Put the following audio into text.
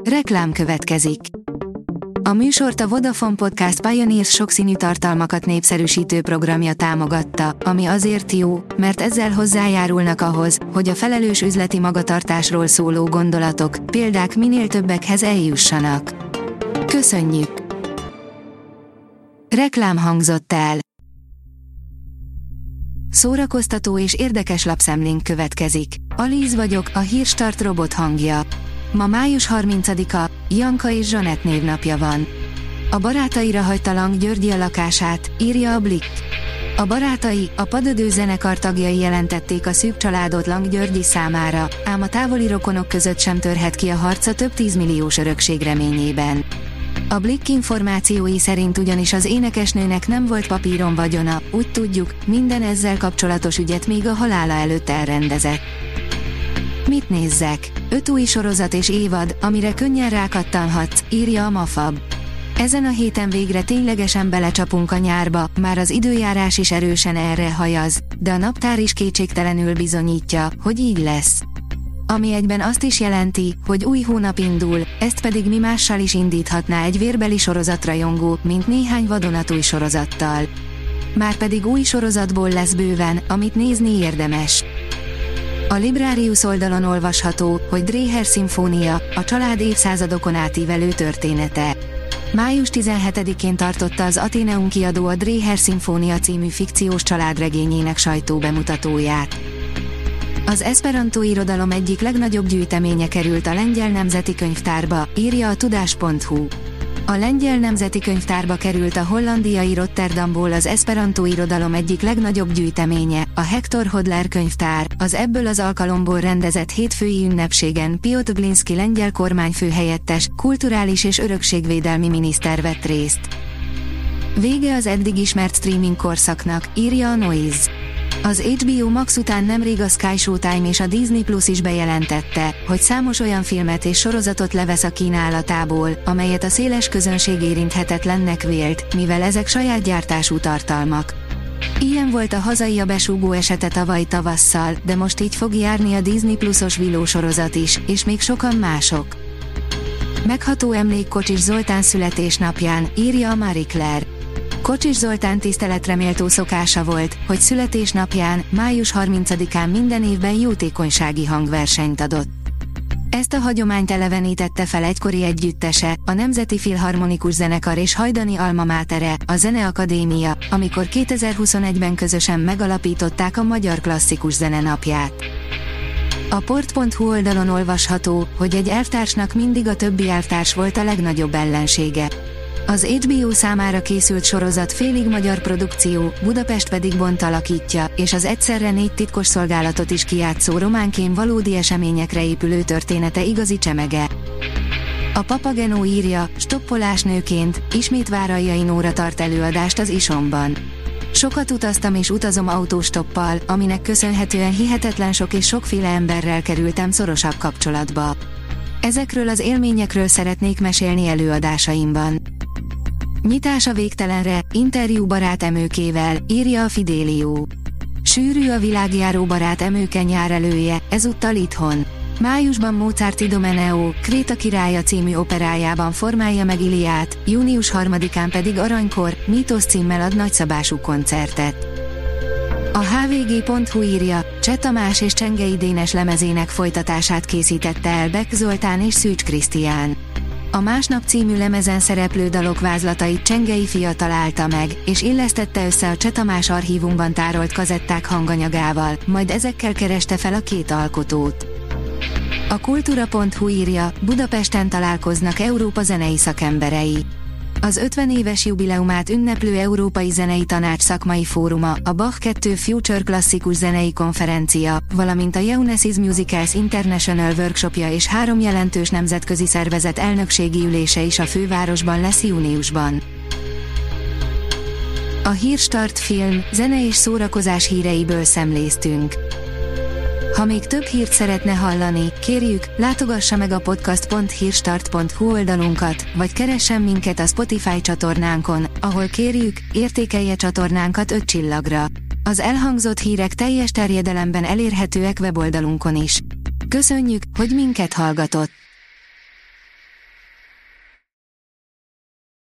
Reklám következik. A műsort a Vodafone Podcast Pioneers sokszínű tartalmakat népszerűsítő programja támogatta, ami azért jó, mert ezzel hozzájárulnak ahhoz, hogy a felelős üzleti magatartásról szóló gondolatok, példák minél többekhez eljussanak. Köszönjük! Reklám hangzott el. Szórakoztató és érdekes lapszemlénk következik. Alíz vagyok, a Hírstart robot hangja. Ma május 30-a, Janka és Zsanett névnapja van. A barátaira hagyta Lang Györgyi a lakását, írja a Blick. A barátai, a Padödő zenekar tagjai jelentették a szűk családot Lang Györgyi számára, ám a távoli rokonok között sem törhet ki a harca több 10 milliós örökség reményében. A Blick információi szerint ugyanis az énekesnőnek nem volt papíron vagyona, úgy tudjuk, minden ezzel kapcsolatos ügyet még a halála előtt elrendezett. Mit nézzek? 5 új sorozat és évad, amire könnyen rákattanhatsz, írja a Mafab. Ezen a héten végre ténylegesen belecsapunk a nyárba, már az időjárás is erősen erre hajaz, de a naptár is kétségtelenül bizonyítja, hogy így lesz. Ami egyben azt is jelenti, hogy új hónap indul, ezt pedig mi mással is indíthatná egy vérbeli sorozatrajongó, mint néhány vadonatúj sorozattal. Márpedig új sorozatból lesz bőven, amit nézni érdemes. A Librarius oldalon olvasható, hogy Dreher szimfónia, a család évszázadokon átívelő története. Május 17-én tartotta az Atheneum kiadó a Dreher szimfónia című fikciós családregényének sajtóbemutatóját. Az eszperantó irodalom egyik legnagyobb gyűjteménye került a Lengyel Nemzeti Könyvtárba, írja a tudás.hu. A Lengyel Nemzeti Könyvtárba került a hollandiai Rotterdamból az eszperantó irodalom egyik legnagyobb gyűjteménye, a Hector Hodler könyvtár. Az ebből az alkalomból rendezett hétfői ünnepségen Piotr Glinski lengyel kormányfőhelyettes, kulturális és örökségvédelmi miniszter vett részt. Vége az eddig ismert streaming korszaknak, írja a Noise. Az HBO Max után nemrég a Sky Showtime és a Disney Plus is bejelentette, hogy számos olyan filmet és sorozatot levesz a kínálatából, amelyet a széles közönség érinthetetlennek vélt, mivel ezek saját gyártású tartalmak. Ilyen volt a Hazai a besúgó esete tavaly tavasszal, de most így fog járni a Disney Plus-os Willow sorozat is, és még sokan mások. Megható emlék Kocsis Zoltán születésnapján, írja a Marie Claire. Kocsis Zoltán tiszteletreméltó szokása volt, hogy születésnapján, május 30-án minden évben jótékonysági hangversenyt adott. Ezt a hagyományt elevenítette fel egykori együttese, a Nemzeti Filharmonikus Zenekar és hajdani alma mátere, a Zeneakadémia, amikor 2021-ben közösen megalapították a Magyar Klasszikus Zene napját. A port.hu oldalon olvasható, hogy egy elvtársnak mindig a többi elvtárs volt a legnagyobb ellensége. Az HBO számára készült sorozat félig magyar produkció, Budapest pedig Bont alakítja, és az egyszerre 4 titkosszolgálatot is kijátszó románkém valódi eseményekre épülő története igazi csemege. A Papageno írja, stoppolás nőként, ismét Váralljai Nóra tart előadást az ISOM-ban. Sokat utaztam és utazom autóstoppal, aminek köszönhetően hihetetlen sok és sokféle emberrel kerültem szorosabb kapcsolatba. Ezekről az élményekről szeretnék mesélni előadásaimban. Nyitás a végtelenre, interjú Barát Emőkével, írja a Fidelio. Sűrű a világjáró Barát Emőke nyárelője, ezúttal itthon. Májusban Mozart Idomeneo, Kréta királya című operájában formálja meg Iliát, június 3-án pedig Aranykor, Mítosz címmel ad nagyszabású koncertet. A hvg.hu írja, Cseh Tamás és Csengei Dénes lemezének folytatását készítette el Beck Zoltán és Szűcs Krisztián. A Másnap című lemezen szereplő dalok vázlatait Csengei fia találta meg, és illesztette össze a Cseh Tamás archívumban tárolt kazetták hanganyagával, majd ezekkel kereste fel a két alkotót. A kultúra.hu írja, Budapesten találkoznak Európa zenei szakemberei. Az 50 éves jubileumát ünneplő Európai Zenei Tanács szakmai fóruma, a Bach 2 Future klasszikus zenei konferencia, valamint a Genesis Musicals International workshopja és 3 jelentős nemzetközi szervezet elnökségi ülése is a fővárosban lesz júniusban. A Hírstart film, zene és szórakozás híreiből szemléztünk. Ha még több hírt szeretne hallani, kérjük, látogassa meg a podcast.hírstart.hu oldalunkat, vagy keressen minket a Spotify csatornánkon, ahol kérjük, értékelje csatornánkat 5 csillagra. Az elhangzott hírek teljes terjedelemben elérhetőek weboldalunkon is. Köszönjük, hogy minket hallgatott!